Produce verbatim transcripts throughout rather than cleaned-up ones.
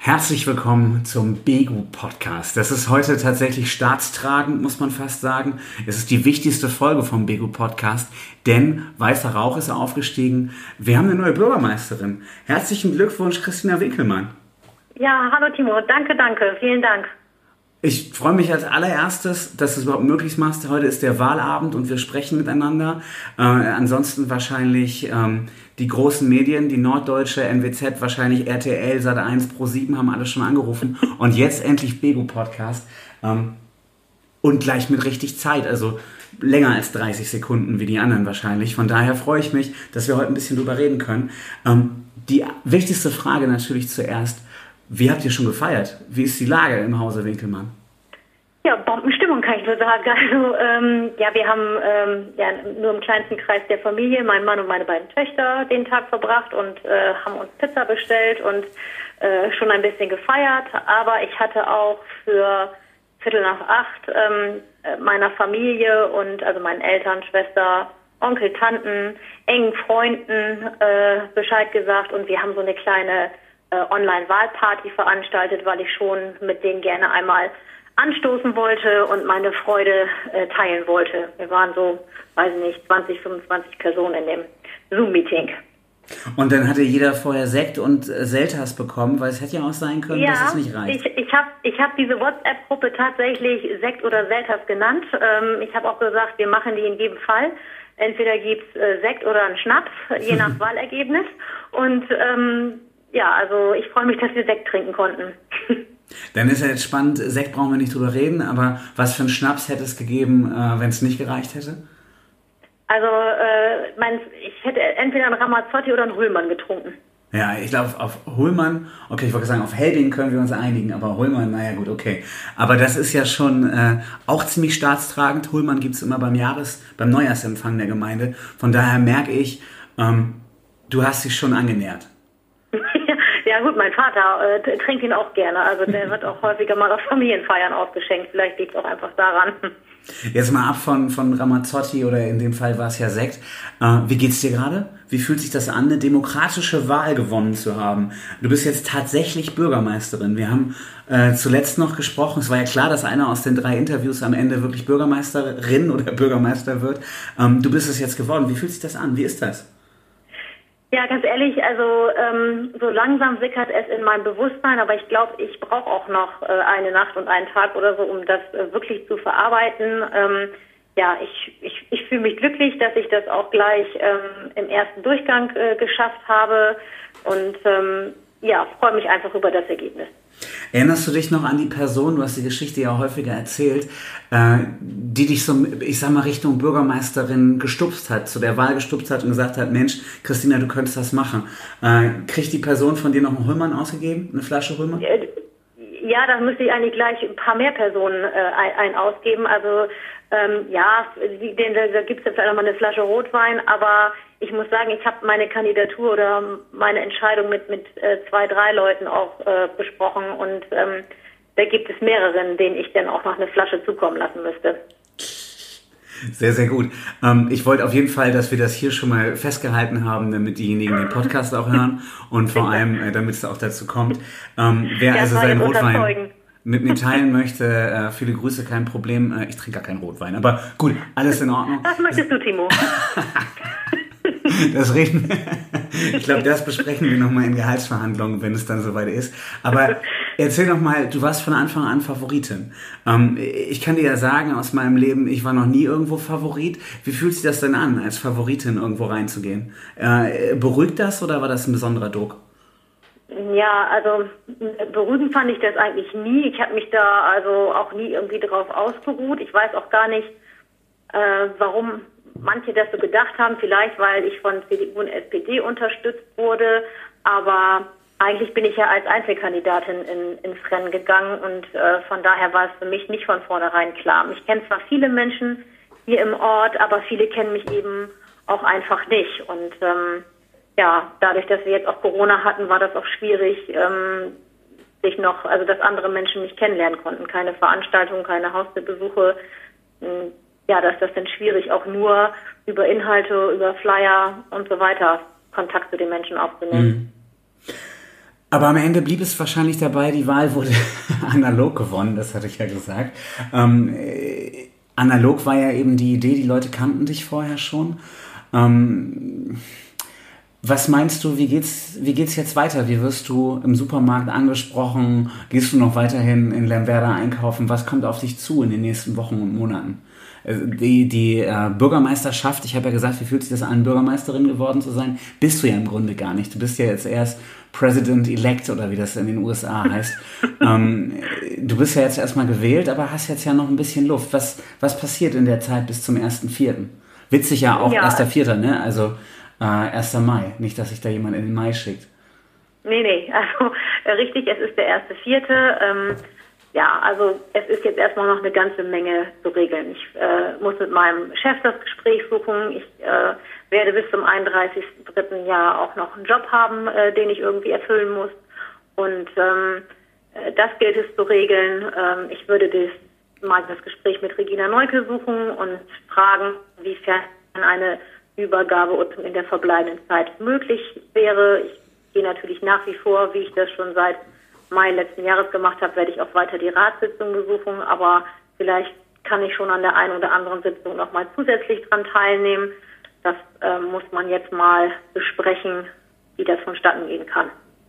Herzlich willkommen zum Begu-Podcast. Das ist heute tatsächlich staatstragend, muss man fast sagen. Es ist die wichtigste Folge vom Begu-Podcast, denn Weißer Rauch ist aufgestiegen. Wir haben eine neue Bürgermeisterin. Herzlichen Glückwunsch, Christina Winkelmann. Ja, hallo Timo, danke, danke, vielen Dank. Ich freue mich als allererstes, dass du es überhaupt möglich machst. Heute ist der Wahlabend und wir sprechen miteinander. Äh, ansonsten wahrscheinlich ähm, die großen Medien, die Norddeutsche, N W Z, wahrscheinlich R T L, Sat eins, ProSieben haben alle schon angerufen. Und jetzt endlich Begu-Podcast. Ähm, und gleich mit richtig Zeit, also länger als dreißig Sekunden wie die anderen wahrscheinlich. Von daher freue ich mich, dass wir heute ein bisschen drüber reden können. Ähm, die wichtigste Frage natürlich zuerst. Wie habt ihr schon gefeiert? Wie ist die Lage im Hause Winkelmann? Ja, Bombenstimmung kann ich nur sagen. Also ähm, ja, wir haben ähm, ja, nur im kleinsten Kreis der Familie, mein Mann und meine beiden Töchter, den Tag verbracht und äh, haben uns Pizza bestellt und äh, schon ein bisschen gefeiert. Aber ich hatte auch für Viertel nach acht ähm, meiner Familie und also meinen Eltern, Schwester, Onkel, Tanten, engen Freunden äh, Bescheid gesagt und wir haben so eine kleine Online-Wahlparty veranstaltet, weil ich schon mit denen gerne einmal anstoßen wollte und meine Freude äh, teilen wollte. Wir waren so, weiß ich nicht, zwanzig, fünfundzwanzig Personen in dem Zoom-Meeting. Und dann hatte jeder vorher Sekt und äh, Selters bekommen, weil es hätte ja auch sein können, ja, dass es nicht reicht. ich, ich habe ich hab diese WhatsApp-Gruppe tatsächlich Sekt oder Selters genannt. Ähm, ich habe auch gesagt, wir machen die in jedem Fall. Entweder gibt's äh, Sekt oder einen Schnaps, je nach Wahlergebnis. Und ähm, ja, also ich freue mich, dass wir Sekt trinken konnten. Dann ist ja jetzt spannend, Sekt brauchen wir nicht drüber reden, aber was für einen Schnaps hätte es gegeben, äh, wenn es nicht gereicht hätte? Also äh, mein, ich hätte entweder einen Ramazzotti oder einen Rühlmann getrunken. Ja, ich glaube auf Hullmann, okay, ich wollte sagen, auf Helding können wir uns einigen, aber Hullmann, naja gut, okay. Aber das ist ja schon äh, auch ziemlich staatstragend. Hullmann gibt es immer beim Jahres-, beim Neujahrsempfang der Gemeinde. Von daher merke ich, ähm, du hast dich schon angenähert. Ja gut, mein Vater äh, trinkt ihn auch gerne. Also der wird auch häufiger mal auf Familienfeiern ausgeschenkt. Vielleicht liegt es auch einfach daran. Jetzt mal ab von, von Ramazzotti oder in dem Fall war es ja Sekt. Äh, wie geht's dir gerade? Wie fühlt sich das an, eine demokratische Wahl gewonnen zu haben? Du bist jetzt tatsächlich Bürgermeisterin. Wir haben äh, zuletzt noch gesprochen. Es war ja klar, dass einer aus den drei Interviews am Ende wirklich Bürgermeisterin oder Bürgermeister wird. Ähm, du bist es jetzt geworden. Wie fühlt sich das an? Wie ist das? Ja, ganz ehrlich, also ähm, so langsam sickert es in mein Bewusstsein, aber ich glaube, ich brauche auch noch äh, eine Nacht und einen Tag oder so, um das äh, wirklich zu verarbeiten. Ähm, ja, ich, ich, ich fühle mich glücklich, dass ich das auch gleich ähm, im ersten Durchgang äh, geschafft habe und ähm, ja, freue mich einfach über das Ergebnis. Erinnerst du dich noch an die Person, du hast die Geschichte ja häufiger erzählt, äh, die dich so, ich sag mal, Richtung Bürgermeisterin gestupst hat, zu der Wahl gestupst hat und gesagt hat, Mensch, Christina, du könntest das machen. Äh, kriegt die Person von dir noch einen Hullmann ausgegeben, eine Flasche Hullmann? Ja, da müsste ich eigentlich gleich ein paar mehr Personen äh, ein, ein ausgeben. Also ähm, ja, den, da gibt es jetzt vielleicht noch mal eine Flasche Rotwein, aber ich muss sagen, ich habe meine Kandidatur oder meine Entscheidung mit mit äh, zwei, drei Leuten auch äh, besprochen und ähm, da gibt es mehreren, denen ich dann auch noch eine Flasche zukommen lassen müsste. Sehr, sehr gut. Ähm, ich wollte auf jeden Fall, dass wir das hier schon mal festgehalten haben, damit diejenigen den Podcast auch hören und vor allem, äh, damit es auch dazu kommt. Ähm, wer ja, also seinen Rotwein mit mir teilen möchte, äh, viele Grüße, kein Problem. Äh, ich trinke gar keinen Rotwein, aber gut, alles in Ordnung. Was möchtest du, Timo? Das reden ich glaube, das besprechen wir nochmal in Gehaltsverhandlungen, wenn es dann soweit ist. Aber erzähl doch mal, du warst von Anfang an Favoritin. Ähm, ich kann dir ja sagen, aus meinem Leben, ich war noch nie irgendwo Favorit. Wie fühlt sich das denn an, als Favoritin irgendwo reinzugehen? Äh, beruhigt das oder war das ein besonderer Druck? Ja, also beruhigend fand ich das eigentlich nie. Ich habe mich da also auch nie irgendwie drauf ausgeruht. Ich weiß auch gar nicht, äh, warum manche das so gedacht haben, vielleicht weil ich von C D U und S P D unterstützt wurde, aber eigentlich bin ich ja als Einzelkandidatin in, ins Rennen gegangen und äh, von daher war es für mich nicht von vornherein klar. Ich kenne zwar viele Menschen hier im Ort, aber viele kennen mich eben auch einfach nicht und ähm, ja, dadurch, dass wir jetzt auch Corona hatten, war das auch schwierig, ähm, sich noch, also dass andere Menschen mich kennenlernen konnten, keine Veranstaltungen, keine Haustürbesuche. Ja, dass das dann schwierig auch nur über Inhalte, über Flyer und so weiter Kontakt zu den Menschen aufzunehmen. Aber am Ende blieb es wahrscheinlich dabei, die Wahl wurde analog gewonnen, das hatte ich ja gesagt. Ähm, äh, analog war ja eben die Idee, die Leute kannten dich vorher schon. Ähm, was meinst du, wie geht's, wie geht's jetzt weiter? Wie wirst du im Supermarkt angesprochen? Gehst du noch weiterhin in Lemwerder einkaufen? Was kommt auf dich zu in den nächsten Wochen und Monaten? Die, die äh, Bürgermeisterschaft, ich habe ja gesagt, wie fühlt sich das an, Bürgermeisterin geworden zu sein? Bist du ja im Grunde gar nicht. Du bist ja jetzt erst President-elect oder wie das in den U S A heißt. ähm, du bist ja jetzt erstmal gewählt, aber hast jetzt ja noch ein bisschen Luft. Was, was passiert in der Zeit bis zum ersten Vierten? Witzig ja auch, ja. erster Vierter, ne? Also äh, erster Mai. Nicht, dass sich da jemand in den Mai schickt. Nee, nee, also äh, richtig, es ist der erste Vierte. Ähm, Ja, also es ist jetzt erstmal noch eine ganze Menge zu regeln. Ich äh, muss mit meinem Chef das Gespräch suchen. Ich äh, werde bis zum einunddreißigsten dritten Jahr auch noch einen Job haben, äh, den ich irgendwie erfüllen muss. Und ähm, äh, das gilt es zu regeln. Ähm, ich würde das, mal das Gespräch mit Regina Neuke suchen und fragen, inwiefern eine Übergabe in der verbleibenden Zeit möglich wäre. Ich gehe natürlich nach wie vor, wie ich das schon seit Mai letzten Jahres gemacht habe, werde ich auch weiter die Ratssitzung besuchen, aber vielleicht kann ich schon an der einen oder anderen Sitzung noch mal zusätzlich dran teilnehmen. Das äh, muss man jetzt mal besprechen, wie das vonstatten gehen kann.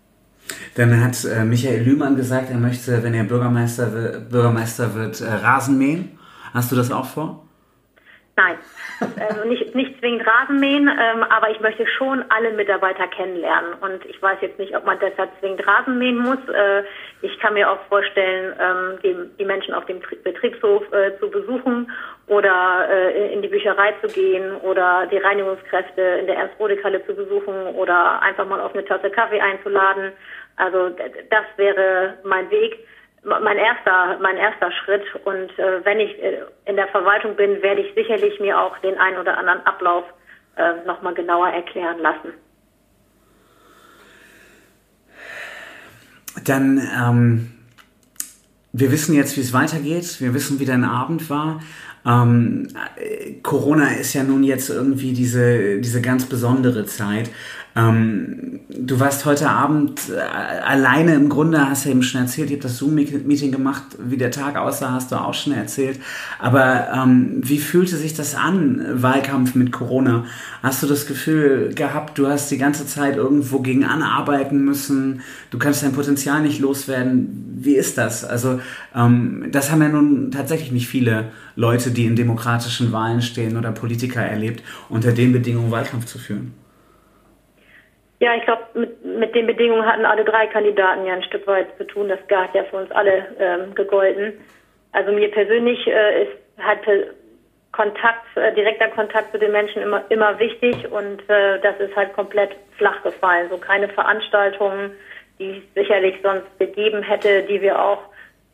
Dann hat äh, Michael Lühmann gesagt, er möchte, wenn er Bürgermeister, w- Bürgermeister wird, äh, Rasen mähen. Hast du das auch vor? Nein, also nicht, nicht zwingend Rasenmähen, ähm, aber ich möchte schon alle Mitarbeiter kennenlernen. Und ich weiß jetzt nicht, ob man deshalb zwingend Rasenmähen muss. Äh, ich kann mir auch vorstellen, ähm, die, die Menschen auf dem Betriebshof äh, zu besuchen oder äh, in die Bücherei zu gehen oder die Reinigungskräfte in der Ernst-Rodek-Halle zu besuchen oder einfach mal auf eine Tasse Kaffee einzuladen. Also das wäre mein Weg. Mein erster, mein erster Schritt. Und äh, wenn ich äh, in der Verwaltung bin, werde ich sicherlich mir auch den einen oder anderen Ablauf äh, nochmal genauer erklären lassen. Dann, ähm, wir wissen jetzt, wie es weitergeht. Wir wissen, wie dein Abend war. Ähm, Corona ist ja nun jetzt irgendwie diese, diese ganz besondere Zeit. Ähm, du warst heute Abend äh, alleine im Grunde, hast ja eben schon erzählt, ihr habt das Zoom-Meeting gemacht, wie der Tag aussah, hast du auch schon erzählt. Aber ähm, wie fühlte sich das an, Wahlkampf mit Corona? Hast du das Gefühl gehabt, du hast die ganze Zeit irgendwo gegen anarbeiten müssen, du kannst dein Potenzial nicht loswerden? Wie ist das? Also ähm, das haben ja nun tatsächlich nicht viele Leute, die in demokratischen Wahlen stehen oder Politiker erlebt, unter den Bedingungen Wahlkampf zu führen. Ja, ich glaube, mit, mit den Bedingungen hatten alle drei Kandidaten ja ein Stück weit zu tun. Das hat ja für uns alle ähm, gegolten. Also mir persönlich äh, ist halt Kontakt, äh, direkter Kontakt zu den Menschen immer immer wichtig und äh, das ist halt komplett flach gefallen. So keine Veranstaltungen, die es sicherlich sonst gegeben hätte, die wir auch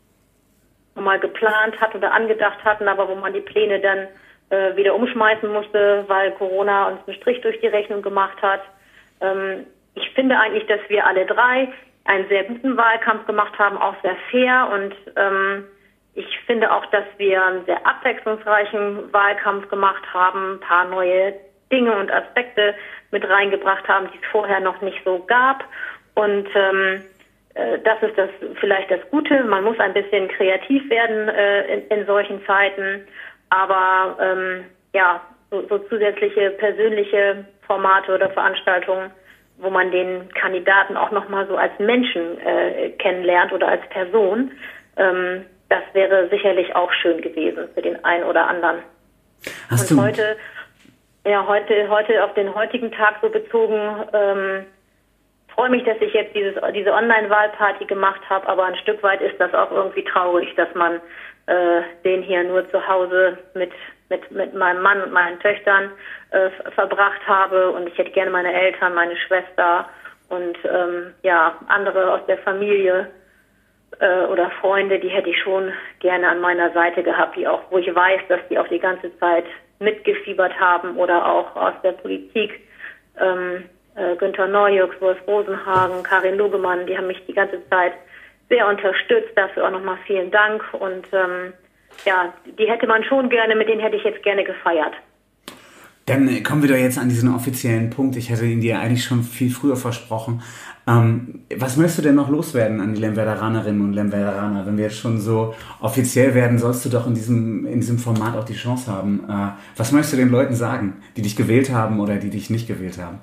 mal geplant hatten oder angedacht hatten, aber wo man die Pläne dann äh, wieder umschmeißen musste, weil Corona uns einen Strich durch die Rechnung gemacht hat. Ähm, ich finde eigentlich, dass wir alle drei einen sehr guten Wahlkampf gemacht haben, auch sehr fair und ähm, ich finde auch, dass wir einen sehr abwechslungsreichen Wahlkampf gemacht haben, ein paar neue Dinge und Aspekte mit reingebracht haben, die es vorher noch nicht so gab und ähm, äh, das ist das vielleicht das Gute. Man muss ein bisschen kreativ werden äh, in, in solchen Zeiten, aber ähm, ja, so, so zusätzliche persönliche Formate oder Veranstaltungen, wo man den Kandidaten auch nochmal so als Menschen äh, kennenlernt oder als Person, ähm, das wäre sicherlich auch schön gewesen für den einen oder anderen. Hast Und du heute, ja, heute, heute auf den heutigen Tag so bezogen, ähm, freue mich, dass ich jetzt dieses, diese Online-Wahlparty gemacht habe, aber ein Stück weit ist das auch irgendwie traurig, dass man äh, den hier nur zu Hause mit mit mit meinem Mann und meinen Töchtern äh, verbracht habe und ich hätte gerne meine Eltern, meine Schwester und ähm, ja andere aus der Familie äh, oder Freunde, die hätte ich schon gerne an meiner Seite gehabt, die auch, wo ich weiß, dass die auch die ganze Zeit mitgefiebert haben oder auch aus der Politik. Ähm, äh, Günther Neujux, Wolf Rosenhagen, Karin Lugemann, die haben mich die ganze Zeit sehr unterstützt. Dafür auch nochmal vielen Dank und ähm, ja, die hätte man schon gerne, mit denen hätte ich jetzt gerne gefeiert. Dann kommen wir doch jetzt an diesen offiziellen Punkt. Ich hätte ihn dir eigentlich schon viel früher versprochen. Ähm, was möchtest du denn noch loswerden an die Lemwerderanerinnen und Lemwerderaner? Wenn wir jetzt schon so offiziell werden, sollst du doch in diesem, in diesem Format auch die Chance haben. Äh, was möchtest du den Leuten sagen, die dich gewählt haben oder die dich nicht gewählt haben?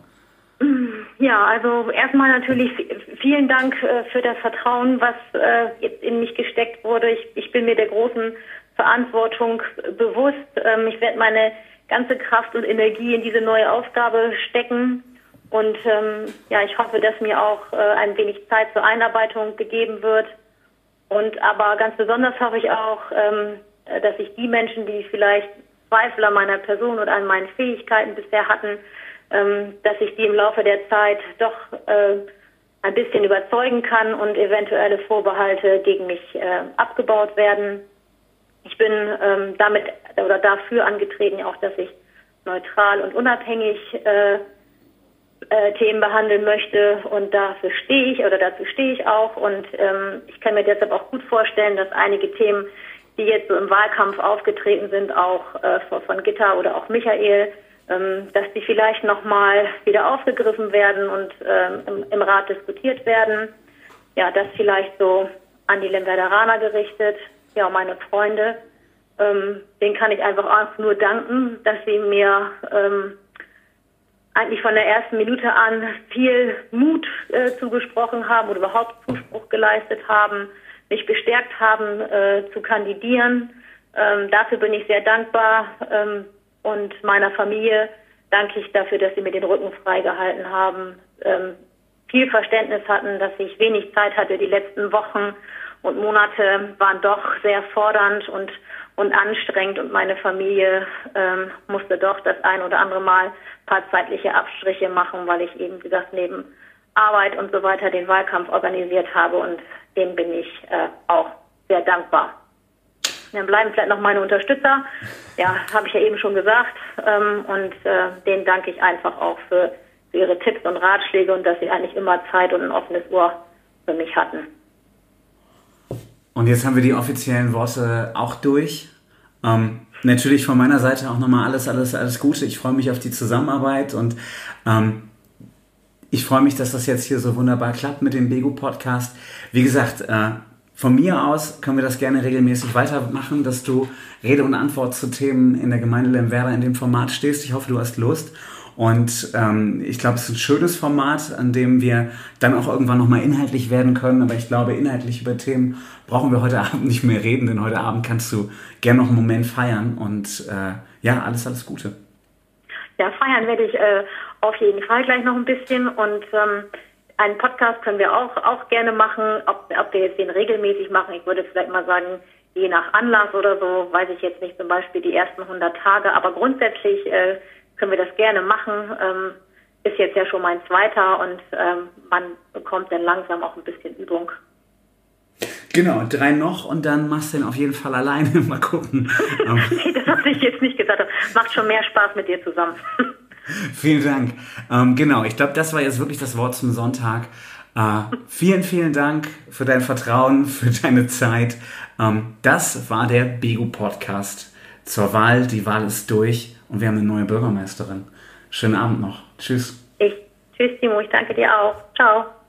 Ja, also erstmal natürlich vielen Dank äh, für das Vertrauen, was äh, jetzt in mich gesteckt wurde. Ich, ich bin mir der großen Verantwortung bewusst. Ähm, ich werde meine ganze Kraft und Energie in diese neue Aufgabe stecken. Und ähm, ja, ich hoffe, dass mir auch äh, ein wenig Zeit zur Einarbeitung gegeben wird. Und aber ganz besonders hoffe ich auch, ähm, dass ich die Menschen, die vielleicht Zweifel an meiner Person oder an meinen Fähigkeiten bisher hatten, ähm, dass ich die im Laufe der Zeit doch äh, ein bisschen überzeugen kann und eventuelle Vorbehalte gegen mich äh, abgebaut werden. Ich bin ähm, damit oder dafür angetreten, auch, dass ich neutral und unabhängig äh, äh, Themen behandeln möchte, und dafür stehe ich oder dazu stehe ich auch, und ähm, ich kann mir deshalb auch gut vorstellen, dass einige Themen, die jetzt so im Wahlkampf aufgetreten sind, auch äh, von Gitta oder auch Michael, ähm, dass die vielleicht nochmal wieder aufgegriffen werden und ähm, im, im Rat diskutiert werden. Ja, das vielleicht so an die Lemwerderaner gerichtet. Ja, meine Freunde, ähm, denen kann ich einfach auch nur danken, dass sie mir ähm, eigentlich von der ersten Minute an viel Mut äh, zugesprochen haben oder überhaupt Zuspruch geleistet haben, mich bestärkt haben, äh, zu kandidieren. Ähm, dafür bin ich sehr dankbar, ähm, und meiner Familie danke ich dafür, dass sie mir den Rücken freigehalten haben, ähm, viel Verständnis hatten, dass ich wenig Zeit hatte. Die letzten Wochen und Monate waren doch sehr fordernd und, und anstrengend, und meine Familie ähm, musste doch das ein oder andere Mal ein paar zeitliche Abstriche machen, weil ich eben, wie gesagt, neben Arbeit und so weiter den Wahlkampf organisiert habe, und dem bin ich äh, auch sehr dankbar. Dann bleiben vielleicht noch meine Unterstützer, ja, habe ich ja eben schon gesagt, ähm, und äh, denen danke ich einfach auch für, für ihre Tipps und Ratschläge und dass sie eigentlich immer Zeit und ein offenes Ohr für mich hatten. Und jetzt haben wir die offiziellen Worte auch durch. Ähm, natürlich von meiner Seite auch nochmal alles, alles, alles Gute. Ich freue mich auf die Zusammenarbeit, und ähm, ich freue mich, dass das jetzt hier so wunderbar klappt mit dem Bego-Podcast. Wie gesagt, äh, von mir aus können wir das gerne regelmäßig weitermachen, dass du Rede und Antwort zu Themen in der Gemeinde Lemwerder in dem Format stehst. Ich hoffe, du hast Lust. Und ähm, ich glaube, es ist ein schönes Format, an dem wir dann auch irgendwann nochmal inhaltlich werden können. Aber ich glaube, inhaltlich über Themen brauchen wir heute Abend nicht mehr reden, denn heute Abend kannst du gerne noch einen Moment feiern. Und äh, ja, alles, alles Gute. Ja, feiern werde ich äh, auf jeden Fall gleich noch ein bisschen. Und ähm, einen Podcast können wir auch, auch gerne machen. Ob, ob wir jetzt den regelmäßig machen, ich würde vielleicht mal sagen, je nach Anlass oder so, weiß ich jetzt nicht, zum Beispiel die ersten hundert Tage. Aber grundsätzlich äh, können wir das gerne machen. Ähm, ist jetzt ja schon mein zweiter, und ähm, man bekommt dann langsam auch ein bisschen Übung. Genau, drei noch, und dann machst du den auf jeden Fall alleine. Mal gucken. Nee, das hatte ich jetzt nicht gesagt. Macht schon mehr Spaß mit dir zusammen. Vielen Dank. Ähm, genau, ich glaube, das war jetzt wirklich das Wort zum Sonntag. Äh, vielen, vielen Dank für dein Vertrauen, für deine Zeit. Ähm, das war der Bego-Podcast zur Wahl. Die Wahl ist durch, und wir haben eine neue Bürgermeisterin. Schönen Abend noch. Tschüss. Ich, tschüss, Timo. Ich danke dir auch. Ciao.